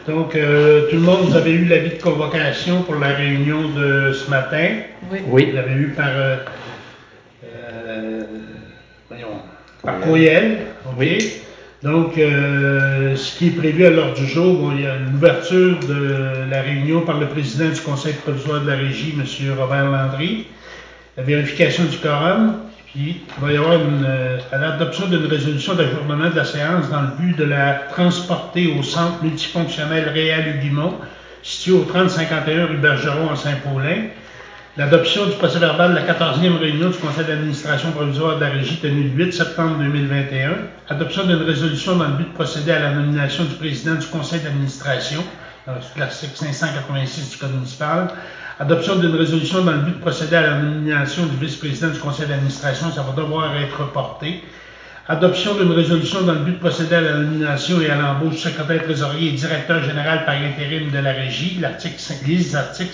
Donc, tout le monde, vous avez eu l'avis de convocation pour la réunion de ce matin. Oui. Vous l'avez eu par courriel. Oui. Donc, ce qui est prévu à l'ordre du jour, bon, il y a l'ouverture de la réunion par le président du Conseil provisoire de la Régie, M. Robert Landry, la vérification du quorum, puis il va y avoir l'adoption d'une résolution d'ajournement de la séance dans le but de la transporter au centre multifonctionnel Réal Hugimont, situé au 3051 rue Bergeron en Saint-Paulin. L'adoption du procès-verbal de la 14e réunion du Conseil d'administration provisoire de la Régie tenue le 8 septembre 2021. Adoption d'une résolution dans le but de procéder à la nomination du président du Conseil d'administration, dans l'article 586 du Code municipal. Adoption d'une résolution dans le but de procéder à la nomination du vice-président du Conseil d'administration, ça va devoir être reporté. Adoption d'une résolution dans le but de procéder à la nomination et à l'embauche du secrétaire trésorier et directeur général par intérim de la Régie, les articles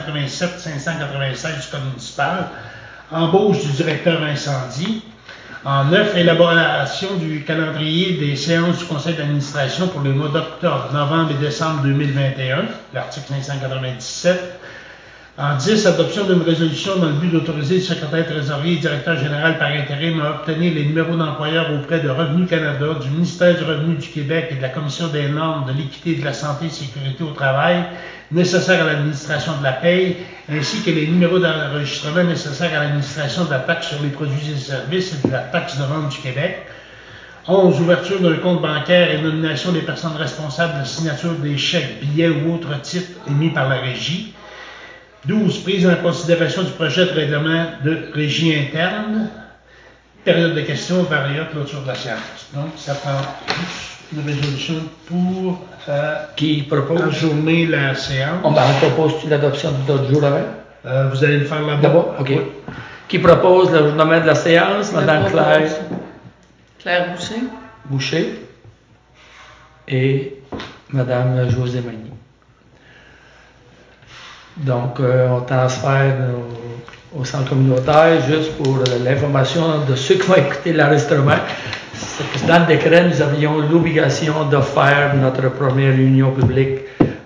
587-596 du Code municipal. Embauche du directeur incendie. En 9, élaboration du calendrier des séances du Conseil d'administration pour les mois d'octobre, novembre et décembre 2021, l'article 597. En 10, adoption d'une résolution dans le but d'autoriser le secrétaire trésorier et directeur général par intérim à obtenir les numéros d'employeurs auprès de Revenu Canada, du ministère du Revenu du Québec et de la Commission des normes de l'équité et de la santé et sécurité au travail nécessaires à l'administration de la paie, ainsi que les numéros d'enregistrement nécessaires à l'administration de la taxe sur les produits et services et de la taxe de vente du Québec. 11. Ouverture d'un compte bancaire et nomination des personnes responsables de la signature des chèques, billets ou autres titres émis par la Régie. 12. Prise en considération du projet de règlement de régie interne. Période de questions, variante, clôture de la séance. Donc, ça prend une résolution pour qui propose ajourner la séance. On propose l'adoption d'autres jours avant. Vous allez le faire là-bas. D'abord, OK. Oui. Qui propose l'ajournement de la séance? Madame Claire Boucher. Boucher. Et Madame José Magny. Donc, on transfère au centre communautaire juste pour l'information de ceux qui vont écouter l'enregistrement. Dans le décret, nous avions l'obligation de faire notre première réunion publique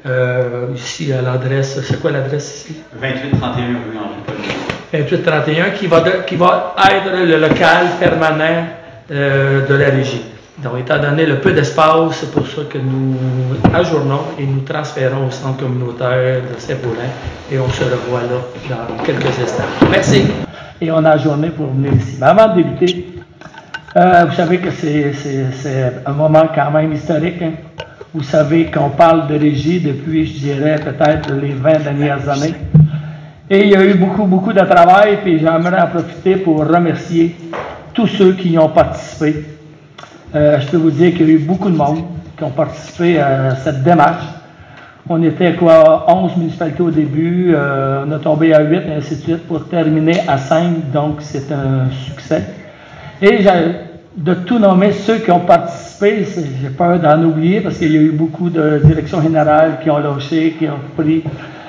ici à l'adresse. C'est quoi l'adresse ici? 2831 rue Henri Paul. 2831 qui va être le local permanent de la Régie. Donc, étant donné le peu d'espace, c'est pour ça que nous ajournons et nous transférons au centre communautaire de Saint-Paulin et on se revoit là dans quelques instants. Merci. Et on a ajourné pour venir ici. Mais avant de débuter, vous savez que c'est un moment quand même historique. Hein? Vous savez qu'on parle de Régie depuis, je dirais, peut-être les 20 dernières années. Et il y a eu beaucoup de travail, puis j'aimerais en profiter pour remercier tous ceux qui y ont participé. Je peux vous dire qu'il y a eu beaucoup de monde qui ont participé à cette démarche. On était 11 municipalités au début, on a tombé à 8 et ainsi de suite pour terminer à 5, donc c'est un succès. Et de tout nommer ceux qui ont participé, j'ai peur d'en oublier parce qu'il y a eu beaucoup de directions générales qui ont lâché, qui ont pris,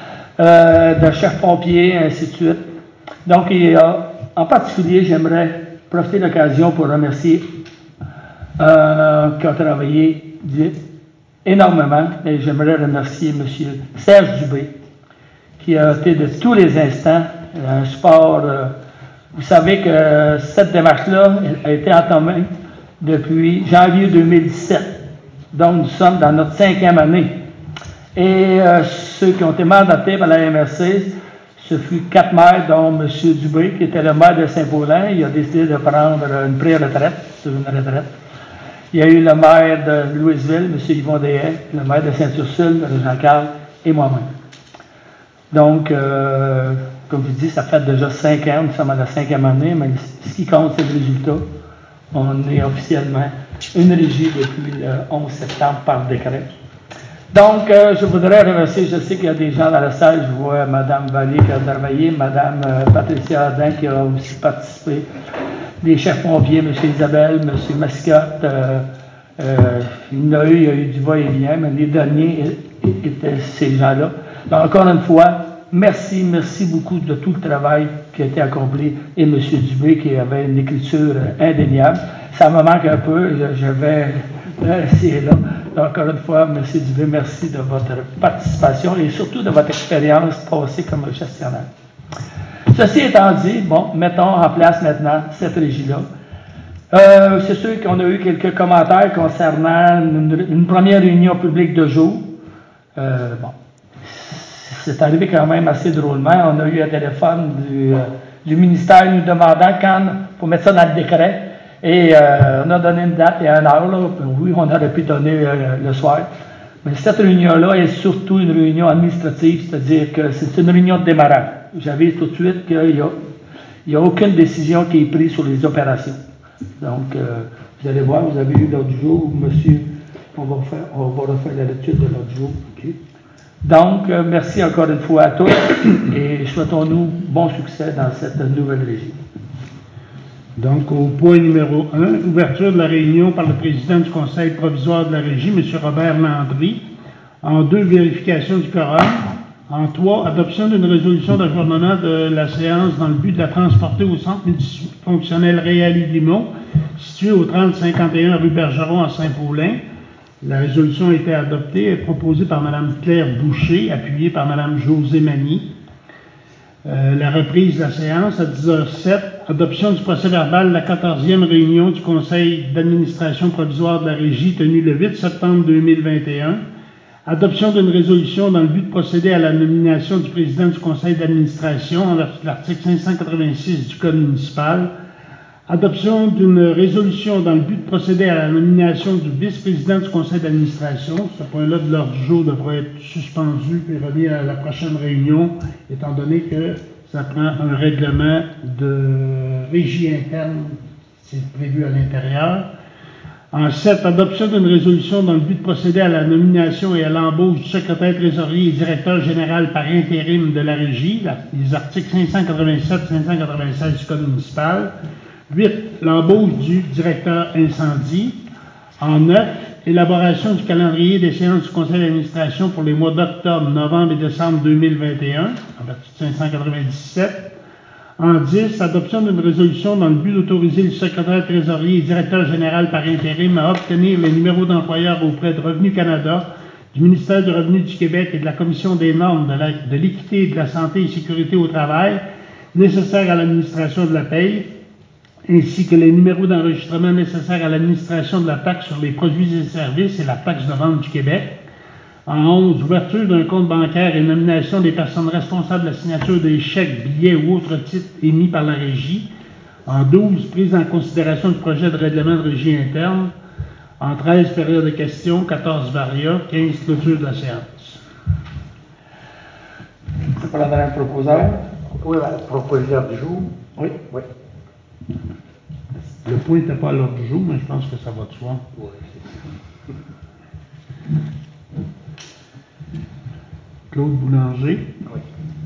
de chefs pompiers, ainsi de suite. Donc, en particulier, j'aimerais profiter de l'occasion pour remercier qui ont travaillé énormément, et j'aimerais remercier M. Serge Dubé, qui a été de tous les instants un support. Vous savez que cette démarche-là a été entamée depuis janvier 2017. Donc, nous sommes dans notre 5e année. Et ceux qui ont été mandatés par la MRC, ce fut 4 maires, dont M. Dubé, qui était le maire de Saint-Paulin. Il a décidé de prendre une pré-retraite, sur une retraite. Il y a eu le maire de Louisville, M. Yvon Deshaies, le maire de Saint-Ursule, Jean-Carl, et moi-même. Donc, comme je dis, ça fait déjà 5 ans, nous sommes à la 5e année, mais ce qui compte, c'est le résultat. On est officiellement une régie depuis le 11 septembre par décret. Donc, je voudrais remercier, je sais qu'il y a des gens dans la salle, je vois Mme Vallée qui a travaillé, Mme Patricia Ardin qui a aussi participé, des chefs pompiers, M. Isabelle, M. Mascotte, il y a eu du va-et-vient, mais les derniers étaient ces gens-là. Donc, encore une fois, merci beaucoup de tout le travail qui a été accompli, et M. Dubé qui avait une écriture indéniable. Ça me manque un peu, je vais essayer là. Encore une fois, M. Dubé, merci de votre participation et surtout de votre expérience passée comme gestionnaire. Ceci étant dit, bon, mettons en place maintenant cette régie-là. C'est sûr qu'on a eu quelques commentaires concernant une première réunion publique de jour. Bon, c'est arrivé quand même assez drôlement. On a eu un téléphone du ministère nous demandant quand, pour mettre ça dans le décret, et on a donné une date et une heure. Là. Oui, on aurait pu donner le soir. Mais cette réunion-là est surtout une réunion administrative, c'est-à-dire que c'est une réunion de démarrage. J'avise tout de suite qu'il n'y a aucune décision qui est prise sur les opérations. Donc, vous allez voir, vous avez eu l'ordre du jour, monsieur, on va refaire la lecture de l'ordre du jour. Okay. Donc, merci encore une fois à tous et souhaitons-nous bon succès dans cette nouvelle régie. Donc, au point numéro 1, ouverture de la réunion par le président du Conseil provisoire de la Régie, M. Robert Landry. En 2, vérification du quorum. En 3, adoption d'une résolution d'ajournement de la séance dans le but de la transporter au centre multifonctionnel Réal-Limon, situé au 3051 rue Bergeron à Saint-Paulin. La résolution a été adoptée et proposée par Mme Claire Boucher, appuyée par Mme Josée Magny. La reprise de la séance à 10h07, adoption du procès-verbal de la 14e réunion du Conseil d'administration provisoire de la Régie tenue le 8 septembre 2021. Adoption d'une résolution dans le but de procéder à la nomination du président du Conseil d'administration en vertu de l'article 586 du Code municipal. Adoption d'une résolution dans le but de procéder à la nomination du vice-président du Conseil d'administration. Ce point-là de l'ordre du jour devrait être suspendu et remis à la prochaine réunion, étant donné que ça prend un règlement de régie interne, c'est prévu à l'intérieur. En 7, adoption d'une résolution dans le but de procéder à la nomination et à l'embauche du secrétaire trésorier et directeur général par intérim de la Régie, les articles 587-596 du Code municipal. 8, l'embauche du directeur incendie. En 9, élaboration du calendrier des séances du Conseil d'administration pour les mois d'octobre, novembre et décembre 2021, en vertu de 597. En 10, adoption d'une résolution dans le but d'autoriser le secrétaire trésorier et directeur général par intérim à obtenir les numéros d'employeurs auprès de Revenu Canada, du ministère du Revenu du Québec et de la Commission des normes de l'équité et de la santé et sécurité au travail nécessaires à l'administration de la paye, ainsi que les numéros d'enregistrement nécessaires à l'administration de la taxe sur les produits et services et la taxe de vente du Québec. En 11, ouverture d'un compte bancaire et nomination des personnes responsables de la signature des chèques, billets ou autres titres émis par la Régie. En 12, prise en considération du projet de règlement de régie interne. En 13, période de questions. 14, varia. 15, clôture de la séance. C'est pas la dernière proposeur? Oui, la proposition du jour. Oui. Oui. Le point n'était pas à l'ordre du jour, mais je pense que ça va de soi. Oui. Claude Boulanger. Oui.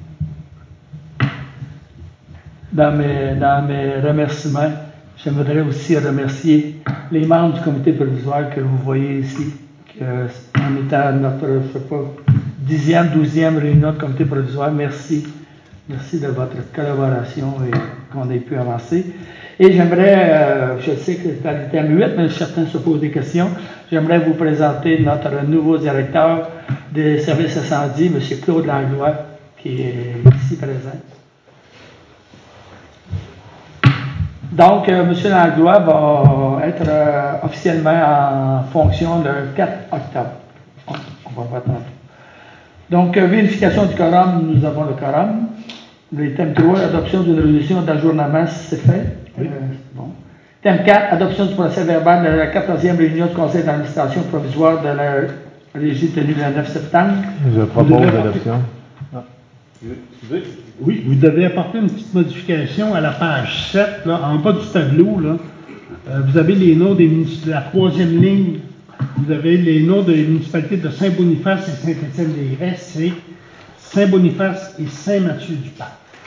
Dans mes remerciements, j'aimerais aussi remercier les membres du comité provisoire que vous voyez ici, en étant à notre, 10e, 12e réunion de comité provisoire. Merci. Merci de votre collaboration et qu'on ait pu avancer. Et j'aimerais, je sais que c'est à l'item 8, mais certains se posent des questions. J'aimerais vous présenter notre nouveau directeur des services incendies, M. Claude Langlois, qui est ici présent. Donc, M. Langlois va être officiellement en fonction le 4 octobre. On va voir tantôt. Donc, vérification du quorum, nous avons le quorum. L'item 3, adoption d'une résolution d'ajournement, c'est fait. Oui. Bon. Thème 4, adoption du procès verbal de la 14e réunion du Conseil d'administration provisoire de la Régie tenue le 9 septembre. Je propose l'adoption. Oui, vous devez apporter une petite modification à la page 7, là, en bas du tableau. Là, vous avez les noms de la troisième ligne. Vous avez les noms des municipalités de Saint-Boniface et Saint-Étienne-des-Grès. C'est Saint-Boniface et Saint-Mathieu-du-Parc.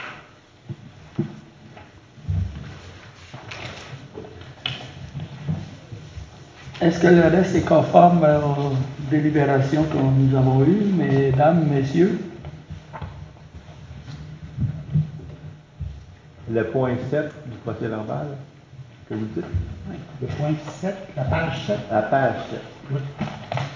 Est-ce que le reste est conforme aux délibérations que nous avons eues, mesdames, messieurs? Le point 7 du procès verbal, que vous dites? Oui. Le point 7, la page 7. La page 7. Oui.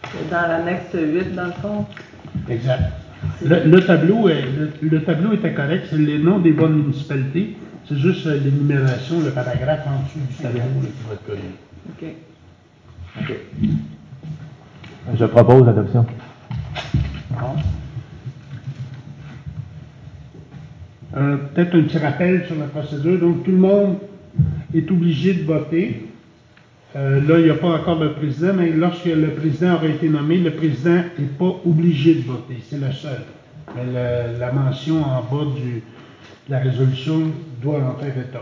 C'est dans l'annexe 8, dans le fond. Exact. Le tableau était correct, c'est les noms des bonnes municipalités. C'est juste l'énumération, le paragraphe en dessous du tableau là, qui va être connu. OK. OK. Je propose l'adoption. Peut-être un petit rappel sur la procédure. Donc, tout le monde est obligé de voter. Là, il n'y a pas encore le président, mais lorsque le président aura été nommé, le président n'est pas obligé de voter. C'est le seul. Mais la mention en bas de la résolution doit en faire état.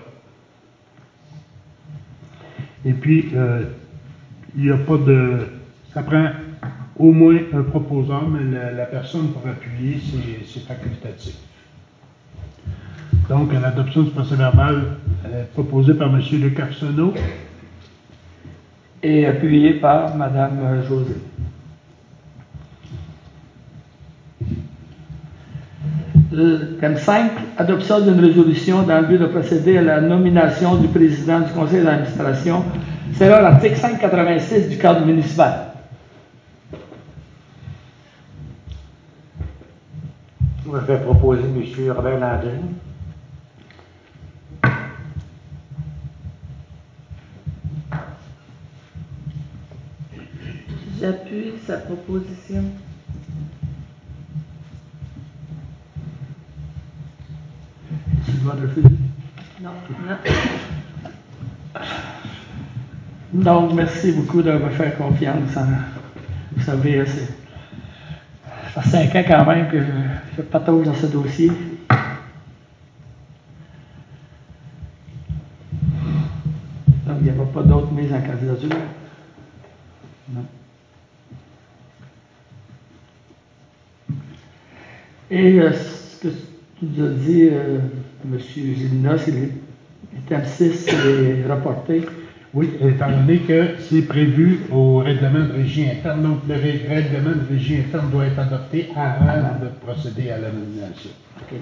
Et puis, il n'y a pas de... Ça prend au moins un proposant, mais la personne pour appuyer, c'est facultatif. Donc, l'adoption du procès-verbal proposé par M. Luc Arsenault. Et appuyé par Mme José. Thème 5, adoption d'une résolution dans le but de procéder à la nomination du président du conseil d'administration selon l'article 586 du Code municipal. Moi, je vais proposer M. Robert Landry. J'appuie sa proposition. Tu dois refuser. Non. Donc, merci beaucoup de me faire confiance. Vous savez, ça fait 5 ans quand même que je patauge dans ce dossier. Donc, il n'y avait pas d'autres mises en candidature. Non. Et ce que tu nous as dit, M. Gélina, c'est le thème 6 est reporté. Oui, étant donné que c'est prévu au règlement de régie interne, donc le règlement de régie interne doit être adopté avant de procéder à la nomination. Okay.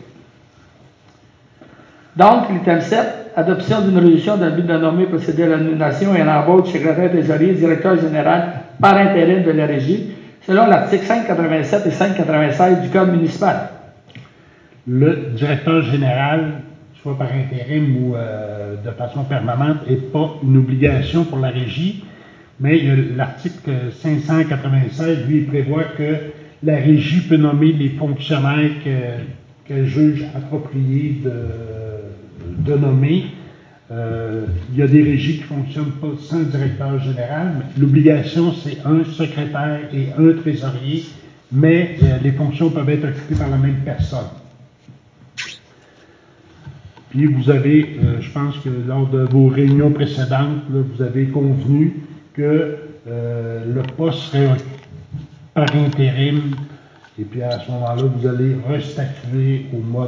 Donc, l'item 7, adoption d'une résolution dans le but de nommer, procéder à la nomination et à l'embauche du secrétaire trésorier, directeur général par intérim de la régie, selon l'article 587 et 596 du Code municipal. Le directeur général, soit par intérim ou de façon permanente, n'est pas une obligation pour la régie, mais l'article 596, lui, prévoit que la régie peut nommer les fonctionnaires qu'elle juge appropriés de nommer. Il y a des régies qui ne fonctionnent pas sans directeur général, mais l'obligation, c'est un secrétaire et un trésorier, mais les fonctions peuvent être occupées par la même personne. Puis vous avez, je pense que lors de vos réunions précédentes, là, vous avez convenu que le poste serait par intérim, et puis à ce moment-là, vous allez restatuer au mois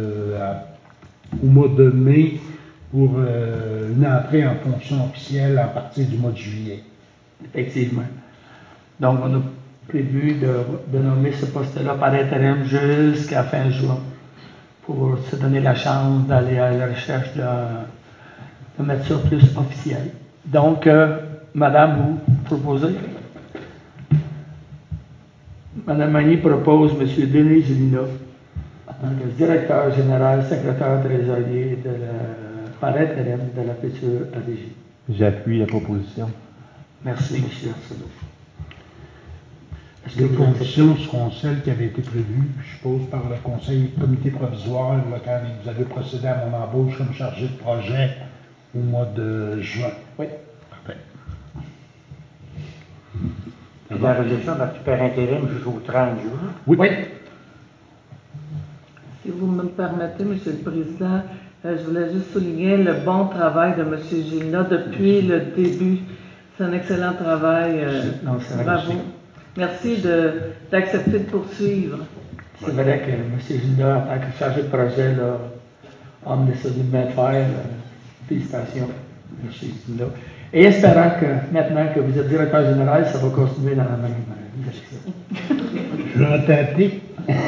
de mai pour une entrée en fonction officielle à partir du mois de juillet. Effectivement. Donc, on a prévu de nommer ce poste-là par intérim jusqu'à fin juin, pour se donner la chance d'aller à la recherche de mettre ça plus officiel. Donc, Madame, vous proposez? Madame Magny propose M. Denis Gélina en tant que directeur général, secrétaire trésorier par intérim de la future régie. J'appuie la proposition. Merci, M. Arsenault. Les conditions seront celles qui avaient été prévues, je suppose, par le comité provisoire, là, quand vous avez procédé à mon embauche comme chargé de projet au mois de juin. Oui. Parfait. Et la résolution va par intérim jusqu'au 30 juin. Oui. Si vous me permettez, M. le Président, je voulais juste souligner le bon travail de M. Gélina depuis le début. C'est un excellent travail. Bravo. Merci d'accepter de poursuivre. C'est vrai que M. Gélina, en tant que chargé de projet, a amené ça d'une main de fer. Félicitations, M. Gélina. Et espérant que maintenant que vous êtes directeur général, ça va continuer dans la même direction. Je vais tâter.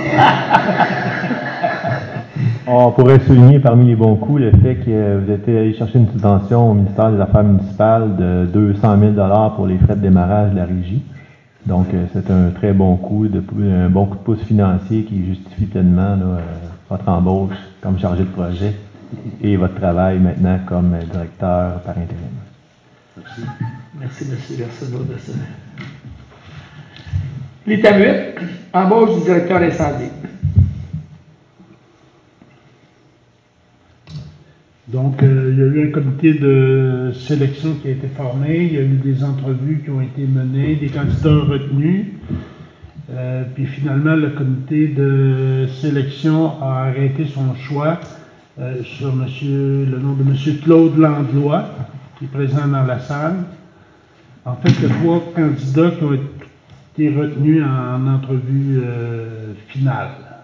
On pourrait souligner parmi les bons coups le fait que vous êtes allé chercher une subvention au ministère des Affaires municipales de 200 000 $ pour les frais de démarrage de la régie. Donc, c'est un très bon coup, un bon coup de pouce financier qui justifie pleinement là, votre embauche comme chargé de projet et votre travail maintenant comme directeur par intérim. Merci. Merci, M. Arsenault, de ça. L'item 8, embauche du directeur incendie. Donc, il y a eu un comité de sélection qui a été formé, il y a eu des entrevues qui ont été menées, des candidats retenus. Puis finalement, le comité de sélection a arrêté son choix sur le nom de M. Claude Landlois, qui est présent dans la salle. En fait, il y a 3 candidats qui ont été retenus en entrevue finale.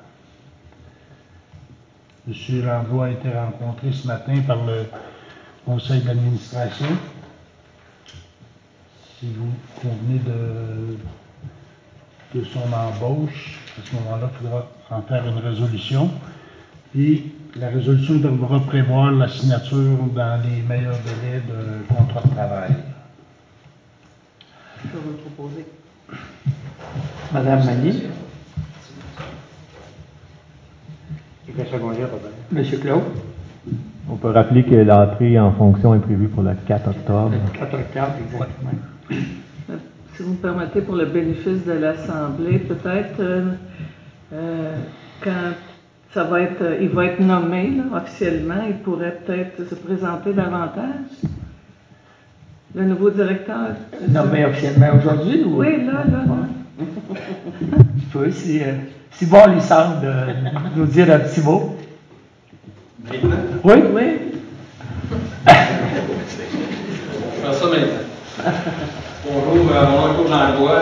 M. Landlois a été rencontré ce matin par le conseil d'administration. Si vous convenez de son embauche, à ce moment-là, il faudra en faire une résolution. Et la résolution devra prévoir la signature dans les meilleurs délais d'un contrat de travail. Je vais vous le proposer. Madame Magny. Monsieur Claude. On peut rappeler que l'entrée en fonction est prévue pour le 4 octobre. Le 4 octobre, exactement. Si vous me permettez, pour le bénéfice de l'Assemblée, peut-être quand ça va être, il va être nommé là, officiellement, il pourrait peut-être se présenter davantage. Le nouveau directeur. Nommé officiellement aujourd'hui ou? Oui, là. Oui, si bon lui semble de nous dire un petit mot. Maintenant? Oui? Oui. Je vais faire ça maintenant. Bonjour, mon nom est Claude Langlois.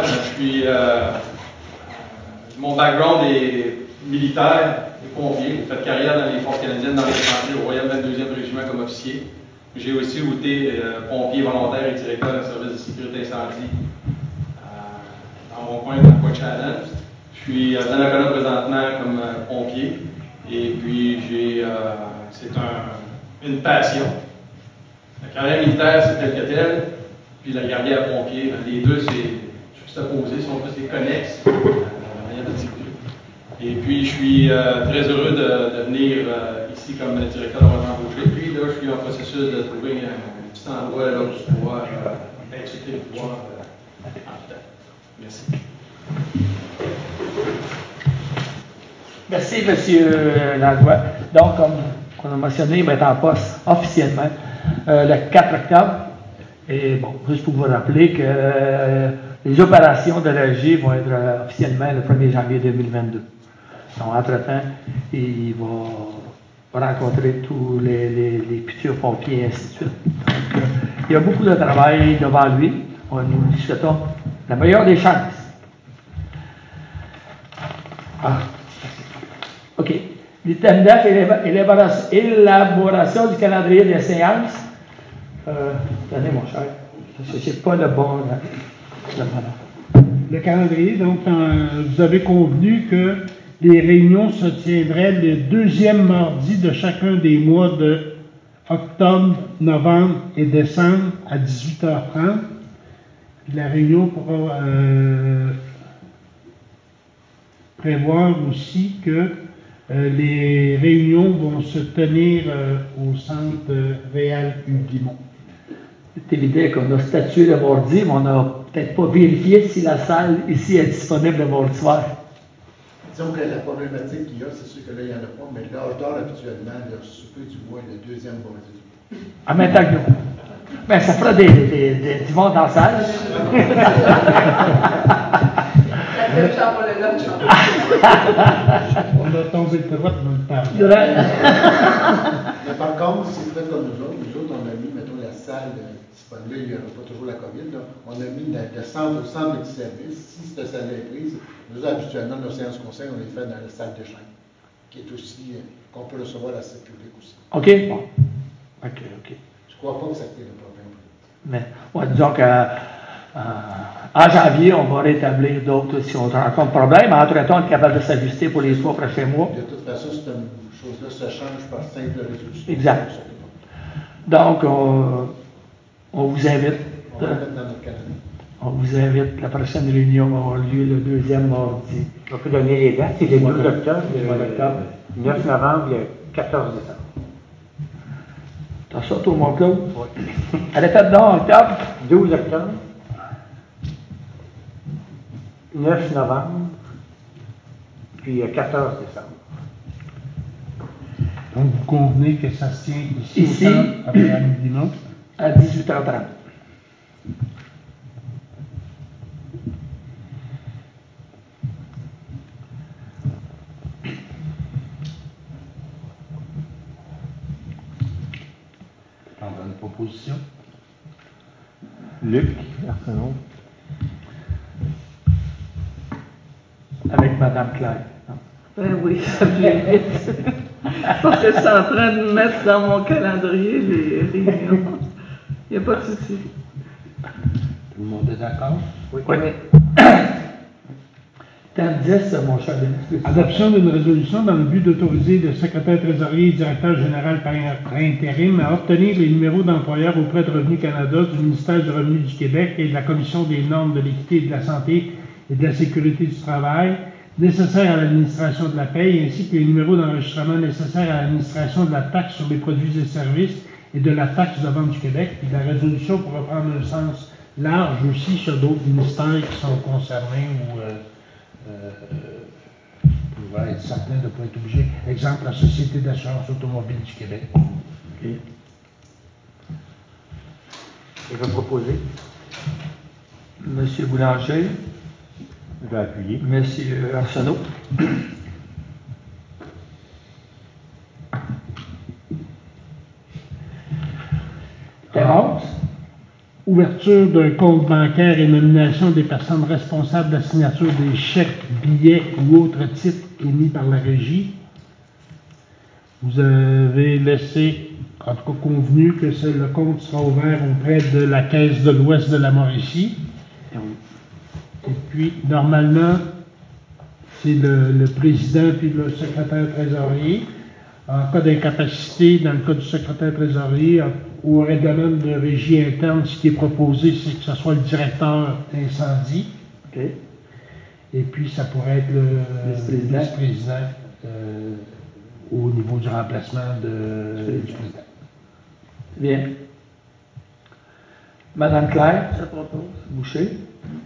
Mon background est militaire et pompier. J'ai fait carrière dans les forces canadiennes dans les chantiers au Royal 22e Régiment comme officier. J'ai aussi été pompier volontaire et directeur d'un service de sécurité incendie dans mon coin de Challenge. Je suis dans la colonne présentement comme pompier. Et puis, c'est une passion. La carrière militaire, c'est tel que tel, puis la carrière pompier, les deux, c'est juste opposé, si on peut, c'est connexe, la manière de circuler. Et puis, je suis très heureux de venir ici comme directeur de votre embauché. Puis là, je suis en processus de trouver un petit endroit là, pour pouvoir exécuter le pouvoir en tout temps. Merci. Merci, M. Langlois. Donc, comme on a mentionné, il va être en poste officiellement le 4 octobre. Et bon, juste pour vous rappeler que les opérations de l'AG vont être officiellement le 1er janvier 2022. Donc, entre-temps, il va rencontrer tous les futurs pompiers et ainsi de suite. Donc, il y a beaucoup de travail devant lui. Nous lui souhaitons la meilleure des chances. OK. L'item 9, élaboration du calendrier des séances. Tenez, mon cher. Ce n'est pas le bon. Le calendrier, donc, vous avez convenu que les réunions se tiendraient le 2e mardi de chacun des mois de octobre, novembre et décembre à 18h30. Puis la réunion pourra prévoir aussi que les réunions vont se tenir au centre Réal Hugimont. C'est évident qu'on a statué le mardi, mais on n'a peut-être pas vérifié si la salle ici est disponible le mardi soir. Disons que la problématique qu'il y a, c'est sûr que là, il n'y en a pas, mais l'âge d'or, habituellement, le souper du mois est le 2e mardi du mois. En même temps que nous. Ben, ça fera du monde dans la salle. On a tombé le droit dans le temps. Mais par contre, si vous faites comme nous autres, on a mis, mettons, la salle disponible, il n'y aura pas toujours la COVID, là. On a mis le centre au centre du service. Si cette salle est prise, nous, habituellement, nos séances conseil, on les fait dans la salle de chambre, qui est aussi, qu'on peut recevoir la salle publique aussi. OK, bon. OK. Je ne crois pas que ça crée le problème. Mais, ouais, disons qu'en janvier, on va rétablir d'autres si on rencontre problème. Entre-temps, on est capable de s'ajuster pour les 3 prochains mois. De toute façon, cette chose-là se change par simple résolution. Exact. Donc, on vous invite. On va le mettre dans notre calendrier. On vous invite. La prochaine réunion va avoir lieu le 2e mardi. On peut donner les dates. C'est le 12 octobre, le 9 novembre, le 14 décembre. T'as ça, toi, mon Claude? Oui. Elle est faite dans octobre? 12 octobre, 9 novembre, puis 14 décembre. Donc, vous convenez que ça se tient ici, Ici. au centre, à Mme Guimont? À 18h30. Une proposition. Luc Arsenault. Avec Mme Claire. Non. Ben oui, ça vient vite. Parce que je suis en train de mettre dans mon calendrier les réunions. Il n'y a pas de souci. Tout le monde est d'accord? Oui. T'en 10, mon cher Denis. Adoption d'une résolution dans le but d'autoriser le secrétaire trésorier et directeur général par intérim à obtenir les numéros d'employeurs auprès de Revenu Canada, du ministère du Revenu du Québec et de la Commission des normes de l'équité et de la santé et de la sécurité du travail nécessaires à l'administration de la paie, ainsi que les numéros d'enregistrement nécessaires à l'administration de la taxe sur les produits et services et de la taxe de vente du Québec. Puis la résolution pourra prendre un sens large aussi sur d'autres ministères qui sont concernés ou pour être certain de ne pas être obligé. Exemple, la Société d'assurance automobile du Québec. Okay. Je vais proposer. Monsieur Boulanger. Je vais appuyer. Monsieur Arsenault. Terence. Ouverture d'un compte bancaire et nomination des personnes responsables de la signature des chèques, billets ou autres titres émis par la Régie. Vous avez laissé, en tout cas convenu, que le compte sera ouvert auprès de la Caisse de l'Ouest de la Mauricie. Et puis, normalement, c'est le président puis le secrétaire trésorier. En cas d'incapacité, dans le cas du secrétaire trésorier, au règlement de régie interne, ce qui est proposé, c'est que ce soit le directeur incendie. Okay. Et puis, ça pourrait être le vice-président au niveau du remplacement du président. Bien. Madame Claire. Je propose. Boucher.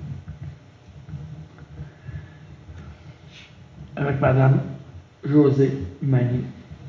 Avec Madame Josée Magny.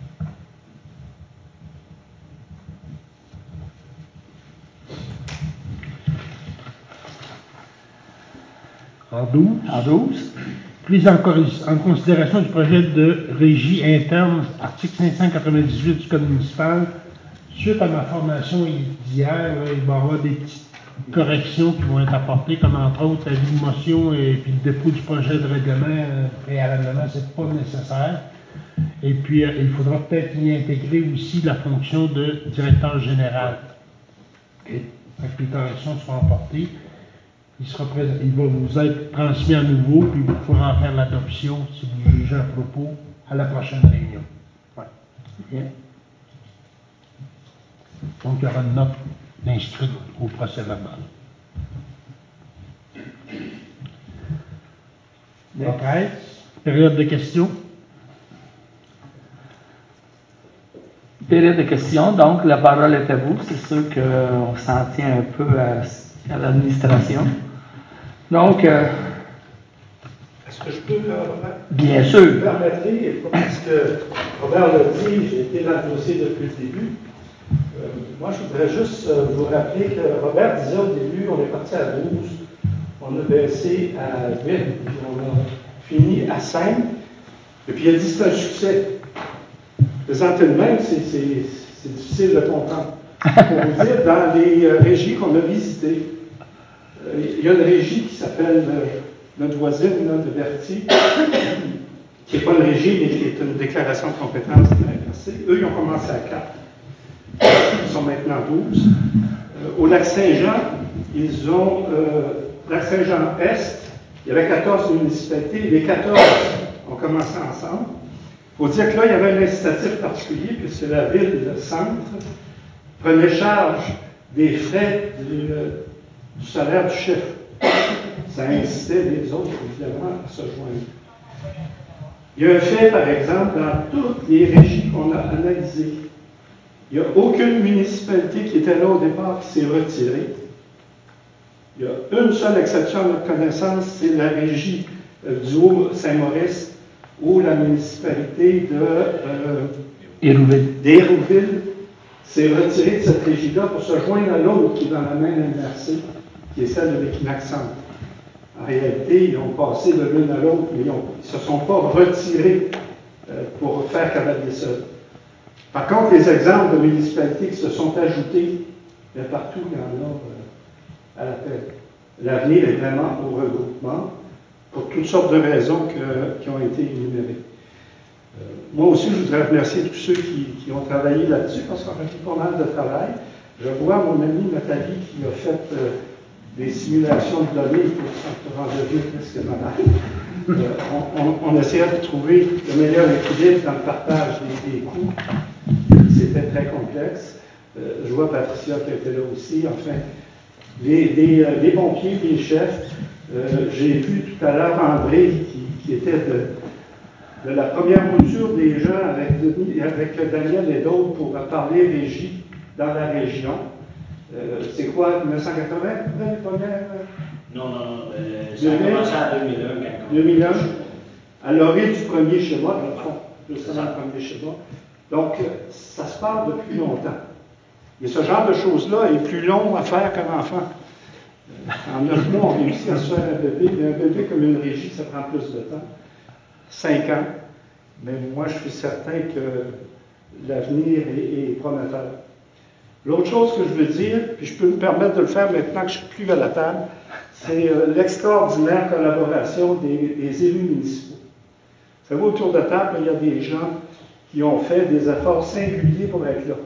En 12. En 12. Prise en considération du projet de régie interne, article 598 du Code municipal. Suite à ma formation d'hier, il va y avoir des petites corrections qui vont être apportées, comme entre autres la motion et puis le dépôt du projet de règlement préalablement, c'est pas nécessaire. Et puis, il faudra peut-être y intégrer aussi la fonction de directeur général. Okay. Donc, les corrections seront apportées. Il va vous être transmis à nouveau, puis vous pourrez en faire l'adoption, si vous jugez à propos, à la prochaine réunion. Ouais. Bien. Donc, il y aura une note inscrite au procès verbal. Après, période de questions. Période de questions, donc la parole est à vous. C'est sûr qu'on s'en tient un peu à l'administration. Donc, est-ce que je peux, Robert? Bien sûr. Vous me permettrez, parce que Robert l'a dit, j'ai été dans le dossier depuis le début. Moi, je voudrais juste vous rappeler que Robert disait au début, on est parti à 12, on a baissé à 8, puis on a fini à 5. Et puis il a dit que c'est un succès. Présenter de même, c'est difficile de comprendre. Pour vous dire, dans les régies qu'on a visitées, il y a une régie qui s'appelle notre voisine, de Berthier, qui n'est pas une régie, mais qui est une déclaration de compétence de la MRC. Eux, ils ont commencé à 4. Ils sont maintenant 12. Au Lac-Saint-Jean, ils ont Lac-Saint-Jean-Est, il y avait 14 municipalités, les 14 ont commencé ensemble. Il faut dire que là, il y avait un incitatif particulier, puisque la ville de Centre prenait charge des frais du salaire du chef. ça incitait les autres, évidemment, à se joindre. Il y a un fait, par exemple, dans toutes les régies qu'on a analysées, il n'y a aucune municipalité qui était là au départ qui s'est retirée. Il y a une seule exception à notre connaissance, c'est la régie du Haut-Saint-Maurice, où la municipalité d'Hérouville s'est retirée de cette régie-là pour se joindre à l'autre qui est dans la même MRC, qui est celle de l'Équinoxe Centre. En réalité, ils ont passé de l'une à l'autre, mais ils ne se sont pas retirés pour faire cavalier seul. Par contre, les exemples de municipalités qui se sont ajoutées, il y a partout, il y en a à l'appel. L'avenir est vraiment au regroupement pour toutes sortes de raisons qui ont été énumérées. Moi aussi, je voudrais remercier tous ceux qui ont travaillé là-dessus parce qu'on a fait pas mal de travail. Je vois mon amie Nathalie qui a fait des simulations de données pour se rendre vieux presque malade. On essayait de trouver le meilleur équilibre dans le partage des coûts. C'était très complexe. Je vois Patricia qui était là aussi. Enfin, les pompiers, les chefs. J'ai vu tout à l'heure André qui était de la première mouture des gens avec Daniel et d'autres pour parler régie dans la région. C'est quoi, 1980, les premières? Non, ça a commencé en 2001. 2001, à l'orée du premier schéma, dans le fond, justement le premier schéma. Donc, ça se parle depuis longtemps. Mais ce genre de choses-là est plus long à faire qu'un enfant. En 9 mois, on réussit à se faire un bébé, mais un bébé comme une régie, ça prend plus de temps. 5 ans. Mais moi, je suis certain que l'avenir est prometteur. L'autre chose que je veux dire, puis je peux me permettre de le faire maintenant que je ne suis plus à la table, c'est l'extraordinaire collaboration des élus municipaux. Vous savez, autour de table, il y a des gens qui ont fait des efforts singuliers pour être là.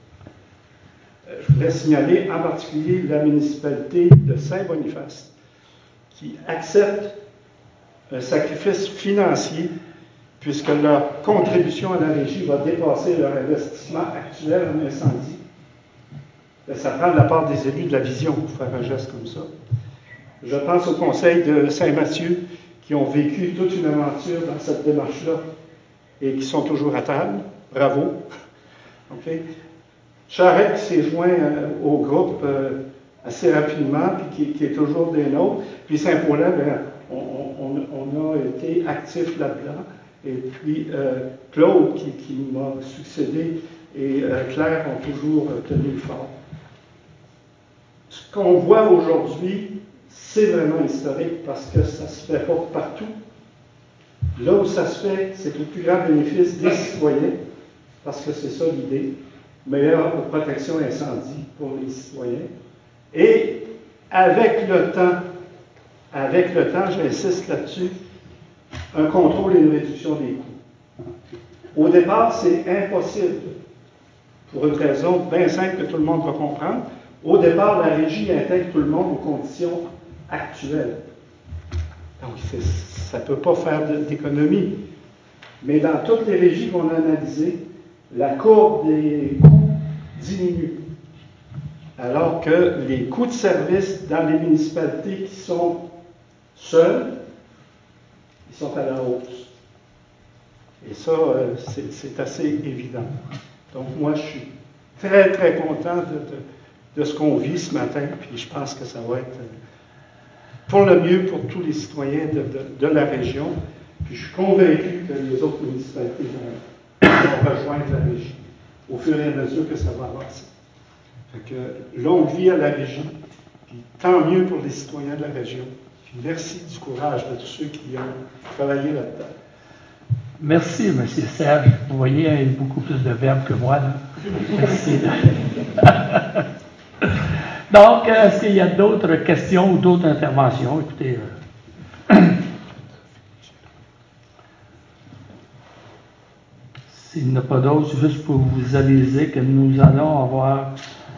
Je voudrais signaler en particulier la municipalité de Saint-Boniface, qui accepte un sacrifice financier puisque leur contribution à la régie va dépasser leur investissement actuel en incendie. Ça prend de la part des élus de la vision pour faire un geste comme ça. Je pense au conseil de Saint-Mathieu qui ont vécu toute une aventure dans cette démarche-là et qui sont toujours à table. Bravo. Okay. Charette qui s'est joint au groupe assez rapidement puis qui est toujours des nôtres. Puis Saint-Paulin, on a été actifs là-dedans. Et puis Claude qui m'a succédé et Claire ont toujours tenu le fort. Ce qu'on voit aujourd'hui, c'est vraiment historique parce que ça ne se fait pas partout. Là où ça se fait, c'est au plus grand bénéfice des citoyens, parce que c'est ça l'idée, meilleure protection incendie pour les citoyens. Et avec le temps, j'insiste là-dessus, un contrôle et une réduction des coûts. Au départ, c'est impossible, pour une raison bien simple que tout le monde va comprendre. Au départ, la régie intègre tout le monde aux conditions actuelles. Donc, ça ne peut pas faire d'économie. Mais dans toutes les régies qu'on a analysées, la courbe des coûts diminue. Alors que les coûts de service dans les municipalités qui sont seules, ils sont à la hausse. Et ça, c'est assez évident. Donc, moi, je suis très, très content de ce qu'on vit ce matin, puis je pense que ça va être pour le mieux pour tous les citoyens de la région. Puis je suis convaincu que les autres municipalités vont rejoindre la régie au fur et à mesure que ça va avancer. Fait que longue vie à la régie, puis tant mieux pour les citoyens de la région. Puis merci du courage de tous ceux qui ont travaillé là-dedans. Merci, M. Serge. Vous voyez, il y a beaucoup plus de verbes que moi, là. Merci. Donc, est-ce qu'il y a d'autres questions ou d'autres interventions? Écoutez, s'il n'y en a pas d'autres, juste pour vous aviser que nous allons avoir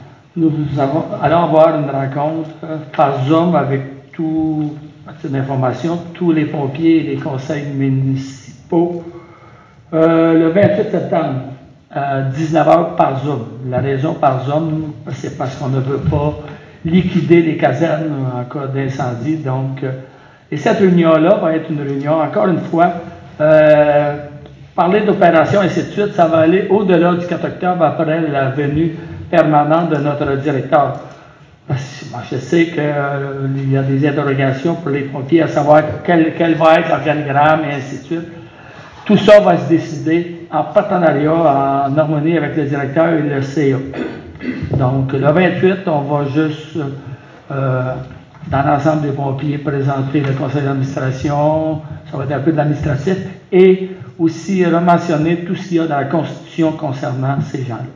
une rencontre par Zoom avec tout, à titre d'information, tous les pompiers et les conseils municipaux le 28 septembre. 19h par Zoom. La raison par Zoom, c'est parce qu'on ne veut pas liquider les casernes en cas d'incendie. Donc, et cette réunion-là va être une réunion, encore une fois, parler d'opération et ainsi de suite, ça va aller au-delà du 4 octobre après la venue permanente de notre directeur. Moi, je sais qu'il y a des interrogations pour les pompiers à savoir quel va être l'organigramme et ainsi de suite. Tout ça va se décider en partenariat, en harmonie avec le directeur et le CA. Donc, le 28, on va juste, dans l'ensemble des pompiers, présenter le conseil d'administration, ça va être un peu de l'administratif, et aussi rementionner tout ce qu'il y a dans la Constitution concernant ces gens-là.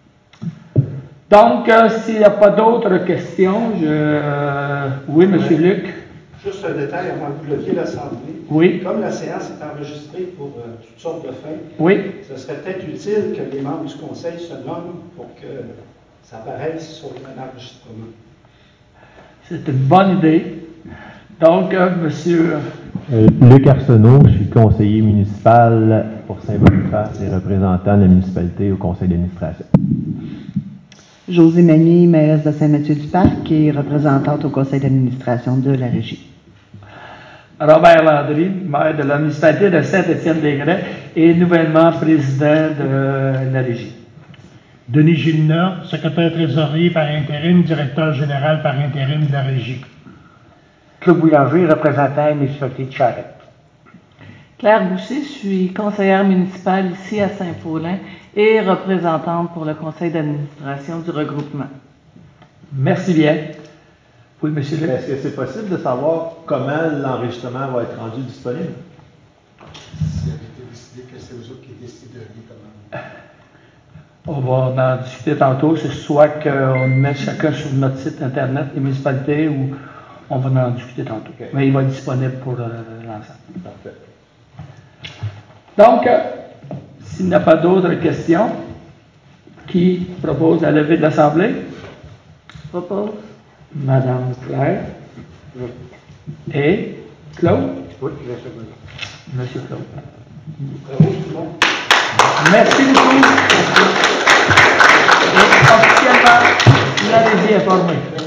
Donc, s'il n'y a pas d'autres questions, oui, M. Luc. Juste un détail avant que vous leviez l'Assemblée. Oui. Comme la séance est enregistrée pour toutes sortes de fins, oui. Ce serait peut-être utile que les membres du Conseil se nomment pour que ça apparaisse sur l'enregistrement. C'est une bonne idée. Donc, M. Luc Arsenault, je suis conseiller municipal pour Saint-Boniface et représentant de la municipalité au conseil d'administration. Josée Magny, mairesse de Saint-Mathieu-du-Parc et représentante au conseil d'administration de la régie. Robert Landry, maire de la municipalité de Saint-Étienne-des-Grès et nouvellement président de la régie. Denis Gilna, secrétaire trésorier par intérim, directeur général par intérim de la régie. Claude Boulanger, représentant de la municipalité de Charette. Claire Boucher, je suis conseillère municipale ici à Saint-Paulin et représentante pour le conseil d'administration du regroupement. Merci bien. Oui, M. Luc. Est-ce que c'est possible de savoir comment l'enregistrement va être rendu disponible? S'il avait été décidé que c'est vous autres qui décideriez comment. On va en discuter tantôt. C'est soit qu'on met chacun sur notre site internet des municipalités ou on va en discuter tantôt. Okay. Mais il va être disponible pour l'ensemble. Parfait. Donc, s'il n'y a pas d'autres questions, qui propose la levée de l'Assemblée? Propose. Madame Claire. Oui. Et Claude? Oui, je suis Monsieur Claude. Bravo tout le monde. Merci beaucoup. Et officiellement, la régie est formée.